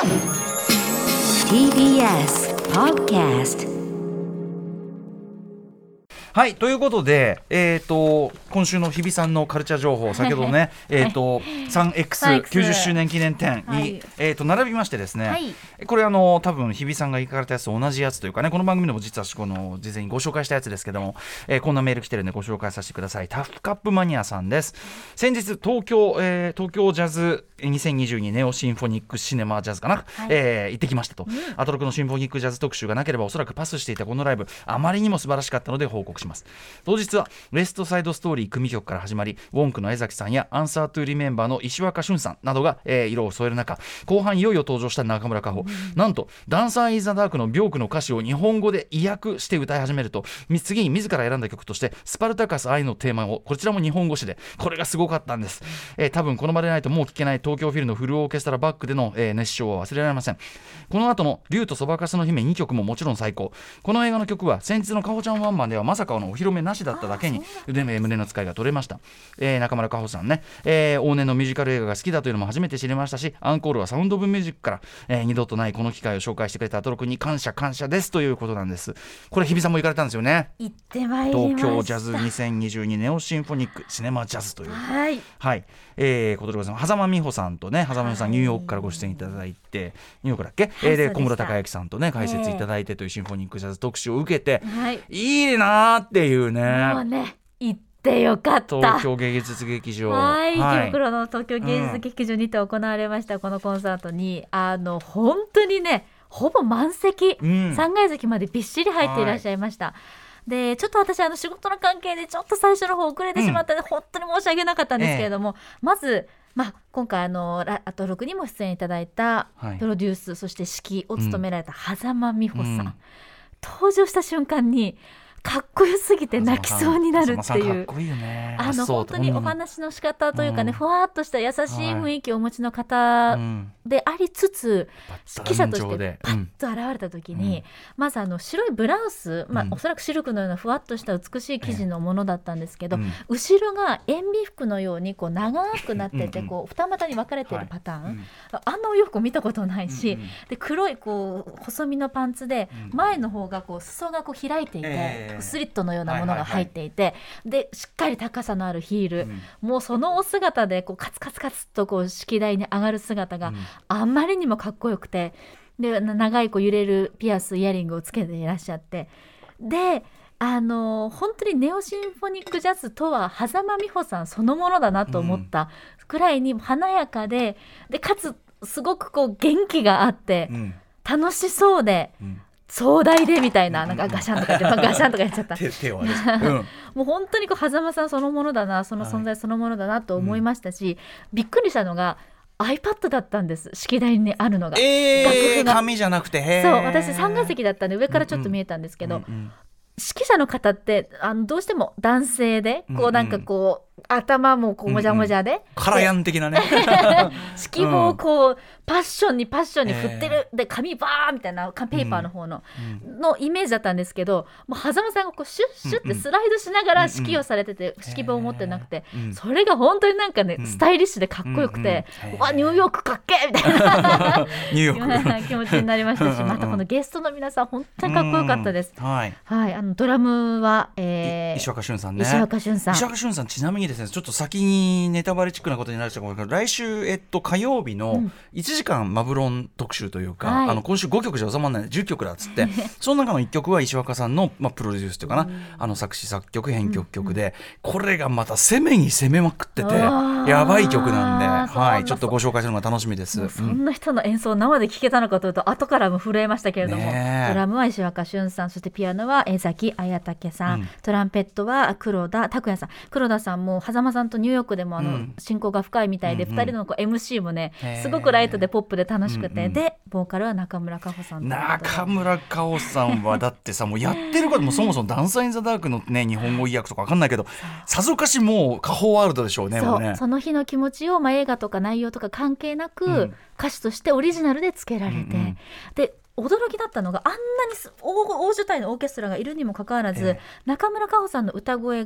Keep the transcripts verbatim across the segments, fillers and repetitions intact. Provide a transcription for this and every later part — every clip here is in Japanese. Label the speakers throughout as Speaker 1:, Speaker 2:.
Speaker 1: ティービーエス Podcast。
Speaker 2: はい、ということで、えー、と今週の日比さんのカルチャー情報、先ほどね、えーと スリーエックスきゅうじゅっ 周年記念展に、はい、えー、と並びましてですね、はい、これあの多分日比さんが行かれたやつと同じやつというかね、この番組でも実はこの事前にご紹介したやつですけども、えー、こんなメール来てるんでご紹介させてください。タフカップマニアさんです。先日東京、えー、東京ジャズにせんにじゅうにネオシンフォニックシネマジャズかな、はい、えー、行ってきましたと、うん、アトロクのシンフォニックジャズ特集がなければおそらくパスしていたこのライブ、あまりにも素晴らしかったので報告します。当日はウエストサイドストーリー組曲から始まり、ウォンクの江崎さんやアンサートゥーリメンバーの石若俊さんなどが、えー、色を添える中、後半いよいよ登場した中村佳穂、うん、なんとダンサーインザダークのビョークの歌詞を日本語で意訳して歌い始めると、次に自ら選んだ曲としてスパルタカス愛のテーマをこちらも日本語詞で、これがすごかったんです、えー、多分この場でないともう聴けない東京フィルのフルオーケストラバックでの、えー、熱唱は忘れられません。この後の竜とそばかすの姫にきょくももちろん最高。この映画の曲は先日のかほちゃんワンマンではまさかのお披露目なしだっただけに腕胸の使いが取れました。えー、中村佳穂さんね、えー、往年のミュージカル映画が好きだというのも初めて知りましたし、アンコールはサウンドオブミュージックから、えー、二度とないこの機会を紹介してくれたアトロクに感謝感謝ですということなんです。これ日比さんも行かれたんですよね。
Speaker 1: 行ってまいりました。
Speaker 2: 東京ジャズにせんにじゅうにネオシンフォニックシネマジャズという、
Speaker 1: はい、
Speaker 2: はい、えー、ことでございます。狭間美穂さんとね、狭間美穂さんニューヨークからご出演いただいて、ニューヨークだっけ、はい、えー、で小室孝之さんとね解説いただいてというシンフォニックジャズ特集を受けて、はい、いいなーっていうね。
Speaker 1: もうね、行ってよかった。
Speaker 2: 東京芸術劇場、
Speaker 1: はい、池袋の東京芸術劇場にて行われました、うん、このコンサートにあの本当にねほぼ満席、うん、さんがい席までびっしり入っていらっしゃいました。でちょっと私あの仕事の関係でちょっと最初の方遅れてしまったので、うん、本当に申し訳なかったんですけれども、ええ、まず、まあ、今回あのアトロクにも出演いただいたプロデュース、はい、そして指揮を務められた狭間美穂さん、うん、登場した瞬間にかっこよすぎて泣きそうになるっていう、あの本当にお話の仕方というかね、うん、ふわっとした優しい雰囲気をお持ちの方でありつつ、指揮者としてパッと現れた時に、うん、まずあの白いブラウス、まあ、おそらくシルクのようなふわっとした美しい生地のものだったんですけど、うん、後ろが塩ビ服のようにこう長くなってて、うん、こう二股に分かれているパターン、はい、うん、あんなお洋服見たことないし、うんうん、で黒いこう細身のパンツで前の方がこう裾がこう開いていて、えースリットのようなものが入っていて、はいはいはい、でしっかり高さのあるヒール、うん、もうそのお姿でこうカツカツカツとこう式台に上がる姿があんまりにもかっこよくて、で長いこう揺れるピアスイヤリングをつけていらっしゃって、であの本当にネオシンフォニックジャズとは狭間美穂さんそのものだなと思ったくらいに華やかで、でかつすごくこう元気があって、うん、楽しそうで、うん、壮大でみたいな、なんかガシャンとか言ってガシャンとかやっちゃった手手はね、うん、もう本当にこう狭間さんそのものだな、その存在そのものだなと思いましたし、はい、うん、びっくりしたのが iPad だったんです、式台にあるのが、
Speaker 2: えー、楽譜が紙じゃなくて、へー、
Speaker 1: そう私さんがい席だったんで上からちょっと見えたんですけど、うんうんうん、指揮者の方ってあのどうしても男性でこうなんかこう、うんうん、頭もこうもじゃもじゃで、うんうん、
Speaker 2: カラヤン的なね
Speaker 1: 指揮棒をこう、うん、パッションにパッションに振ってる、えー、で紙バーみたいなペーパーの方の、うん、のイメージだったんですけど、もう狭間さんがこうシュッシュッってスライドしながら指揮をされてて、うんうん、指揮棒を持ってなくて、えー、それが本当になんかね、うん、スタイリッシュでかっこよくて、うんうん、わニューヨークかっけーみたいな
Speaker 2: ニューヨーク
Speaker 1: 気持ちになりましたしまたこのゲストの皆さん本当にかっこよかったです、うん、はい、はい、あのドラムは、えー、
Speaker 2: 石若俊さんね、
Speaker 1: 石若俊さん
Speaker 2: 石若俊さんちなみにですね、ちょっと先にネタバレチックなことになると思うけど、来週、えっと、火曜日のいちじかんマブロン特集というか、うん、あの今週ごきょくじゃ収まらないじゅっきょくだっつってその中のいっきょくは石若さんの、まあ、プロデュースというかな、うん、あの作詞作曲編曲曲で、うん、これがまた攻めに攻めまくっててやばい曲なんで、はい、ちょっとご紹介するのが楽しみです。
Speaker 1: そんな人の演奏を生で聴けたのかというと後からも震えましたけれども、ね、ドラムは石若俊さん、そしてピアノは江崎綾武さん、うん、トランペットは黒田拓也さん。黒田さんも狭間さんとニューヨークでもあの、うん、親交が深いみたいで、うんうん、ふたりのこう エムシー もねすごくライトでポップで楽しくて、うんうん、でボーカルは中村佳穂さん。
Speaker 2: 中村佳穂さんはだってさもうやってることもそもそもダンサーインザダークのね日本語意訳とか分かんないけどさぞかしもう佳穂ワールドでしょうね。
Speaker 1: そう、
Speaker 2: ね、
Speaker 1: その日の気持ちを、まあ、映画とか内容とか関係なく、うん、歌詞としてオリジナルでつけられて、うんうん、で驚きだったのがあんなに 大, 大所帯のオーケストラがいるにもかかわらず、えー、中村佳穂さんの歌声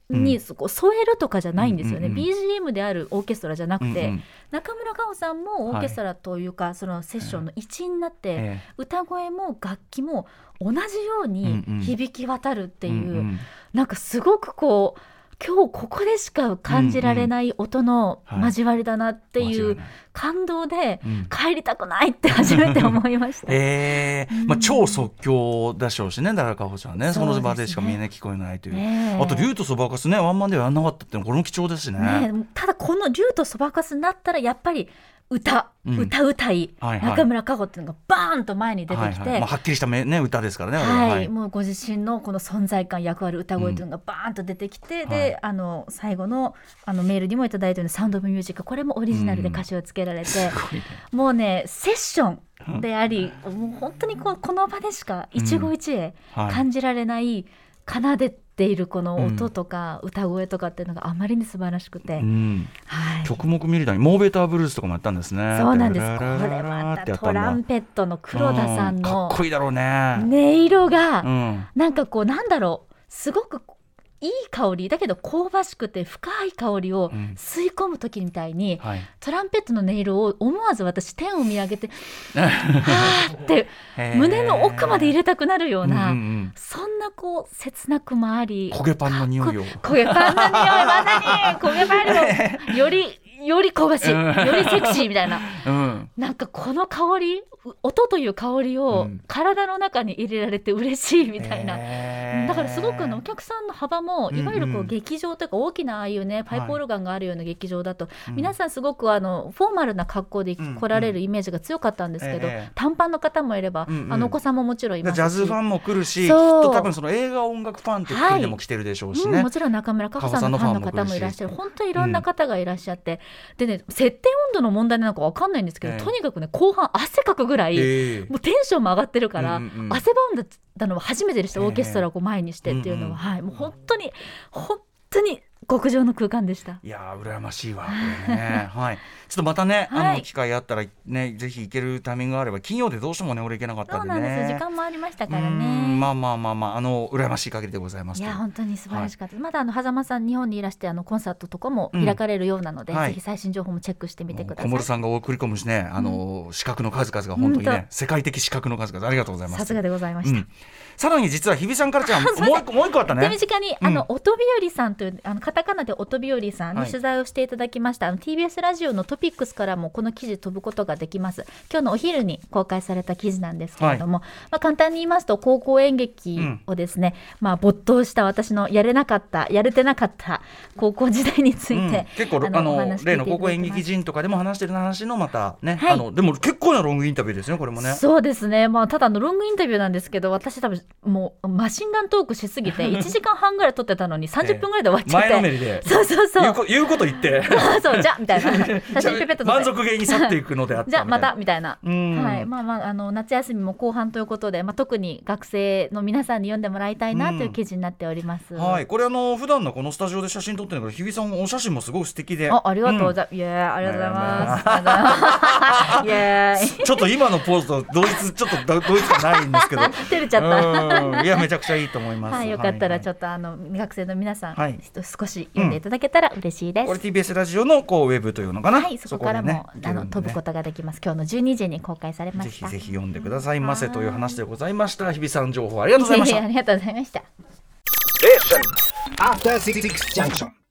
Speaker 1: にこう添えるとかじゃないんですよね、
Speaker 2: うんうんうん、
Speaker 1: ビージーエム であるオーケストラじゃなくて、うんうん、中村佳穂さんもオーケストラというか、はい、そのセッションの一員になって、えー、歌声も楽器も同じように響き渡るっていう、うんうん、なんかすごくこう今日ここでしか感じられない音の交わりだなっていう感動で帰りたくないって初めて思いました、
Speaker 2: えーまあ、超即興でしょうしね、だからかほちゃんね、その場でしか見えない聞こえないという、ね、あと竜とそばかすねワンマンではやんなかったっていうのこれも貴重ですし ね,
Speaker 1: ねただこの竜とそばかすになったらやっぱり歌、うん、歌うたい、はいはい、中村佳穂っていうのがバーンと前に出てきて、はいはいまあ、
Speaker 2: はっきりした、ね、歌ですからね、
Speaker 1: はい
Speaker 2: はい、
Speaker 1: もうご自身のこの存在感役割歌声というのがバーンと出てきて、うん、で、はい、あの最後 の, あのメールにもいただいたようなサウンドオブミュージック、これもオリジナルで歌詞をつけられて、うん、もうねセッションであり、うん、もう本当に こ, この場でしか一期一会感じられない奏でているこの音とか歌声とかっていうのがあまりに素晴らしくて、うんはい、
Speaker 2: 曲目見るためにモーベーターブルースとかもやったんですね。
Speaker 1: そうなんです。これまたトランペットの黒田さんの
Speaker 2: かっこいいだろうね
Speaker 1: 音色が、うん、なんかこうなんだろうすごくいい香りだけど香ばしくて深い香りを吸い込む時みたいに、うんはい、トランペットの音色を思わず私天を見上げてはーって胸の奥まで入れたくなるような、うんうん、そんなこう切なくもあり
Speaker 2: 焦げパンの匂いを
Speaker 1: 焦げパンの匂いまさに焦げパンのよりより香ばしい、よりセクシーみたいな、うん、なんかこの香り音という香りを体の中に入れられて嬉しいみたいな、うん、だからすごくお客さんの幅もいわゆるこう劇場というか大きなああいうねパイプオルガンがあるような劇場だと、はい、皆さんすごくあのフォーマルな格好で来られるイメージが強かったんですけど、うんうん、短パンの方もいれば、うんうん、あのお子さんももちろんいますし、
Speaker 2: ジャズファンも来るし、きっと多分その映画音楽ファンって国でも来てるでしょうしね、はいうん、
Speaker 1: もちろん中村佳穂さんのファンの方もいらっしゃる、本当にいろんな方がいらっしゃって、うん、でね設定温度の問題なのか分かんないんですけど、えー、とにかくね後半汗かくぐらい、えー、もうテンションも上がってるから、うんうん、汗ばんだのは初めてでした、オーケストラをこう前にしてっていうのは、えーはい、もう本当に本当に極上の空間でした。
Speaker 2: いやー羨ましいわこれね、はい、ちょっとまたね、はい、あの機会あったらねぜひ行けるタイミングがあれば、金曜でどうしてもね俺行けなかったんでね。
Speaker 1: そうなんです、時間もありましたからね。
Speaker 2: うんまあまあまあまああの羨ましい限りでございます。
Speaker 1: いや本当に素晴らしかった、はい、まだあの狭間さん日本にいらしてあのコンサートとかも開かれるようなので、うんはい、ぜひ最新情報もチェックしてみてください。
Speaker 2: 小室さんが送り込むしねあの、うん、資格の数々が本当にね、世界的資格の数々ありがとうございます。
Speaker 1: さすがでございました、うん、
Speaker 2: さらに実は日比さんからちゃんもう一個もう一個あったね。
Speaker 1: 手短にあの、うん、音日和さんというあのカタカナで音日和さんに取材をしていただきました、はい、あの ティービーエス ラジオのトピックスからもこの記事飛ぶことができます。今日のお昼に公開された記事なんですけれども、はいまあ、簡単に言いますと高校演劇をですね、うんまあ、没頭した私のやれなかったやれてなかった高校時代について、うん、
Speaker 2: 結構あのあの例の高校演劇人とかでも話してる話のまたね、はい、あのでも結構なロングインタビューですねこれもね。
Speaker 1: そうですね、まあ、ただのロングインタビューなんですけど、私多分もうマシンガントークしすぎていちじかんはんぐらい撮ってたのにさんじゅっぷんぐらいで終わっちゃって、
Speaker 2: えー、前のめりで
Speaker 1: そうそうそう
Speaker 2: 言うこ、言うこと言って
Speaker 1: そうじゃみたいな写真ペペッと
Speaker 2: 満足げに去っていくのであった
Speaker 1: じゃまたみたいな、はいまあまあ、あの夏休みも後半ということで、まあ、特に学生の皆さんに読んでもらいたいなという記事になっております、
Speaker 2: はい、これあの普段のこのスタジオで写真撮ってるのが日比さんお写真もすごい素敵で
Speaker 1: あ, ありがとうございます、うん、いやありがとうございますいや
Speaker 2: ちょっと今のポーズと同一ちょっと同一がないんですけど
Speaker 1: 照れちゃった
Speaker 2: いやめちゃくちゃいいと思います、
Speaker 1: はい、よかったらちょっとあの学生の皆さん、はい、少し読んでいただけたら嬉しいです、うん、
Speaker 2: これ ティービーエス ラジオのこうウェブというのかな、
Speaker 1: はい、そこからも、ね、あの飛ぶことができます。今日のじゅうにじに公開されました。
Speaker 2: ぜひぜひ読んでくださいませという話でございました。日比さん情報ありがとうございました。
Speaker 1: ありがとうございました。
Speaker 3: After Six Junction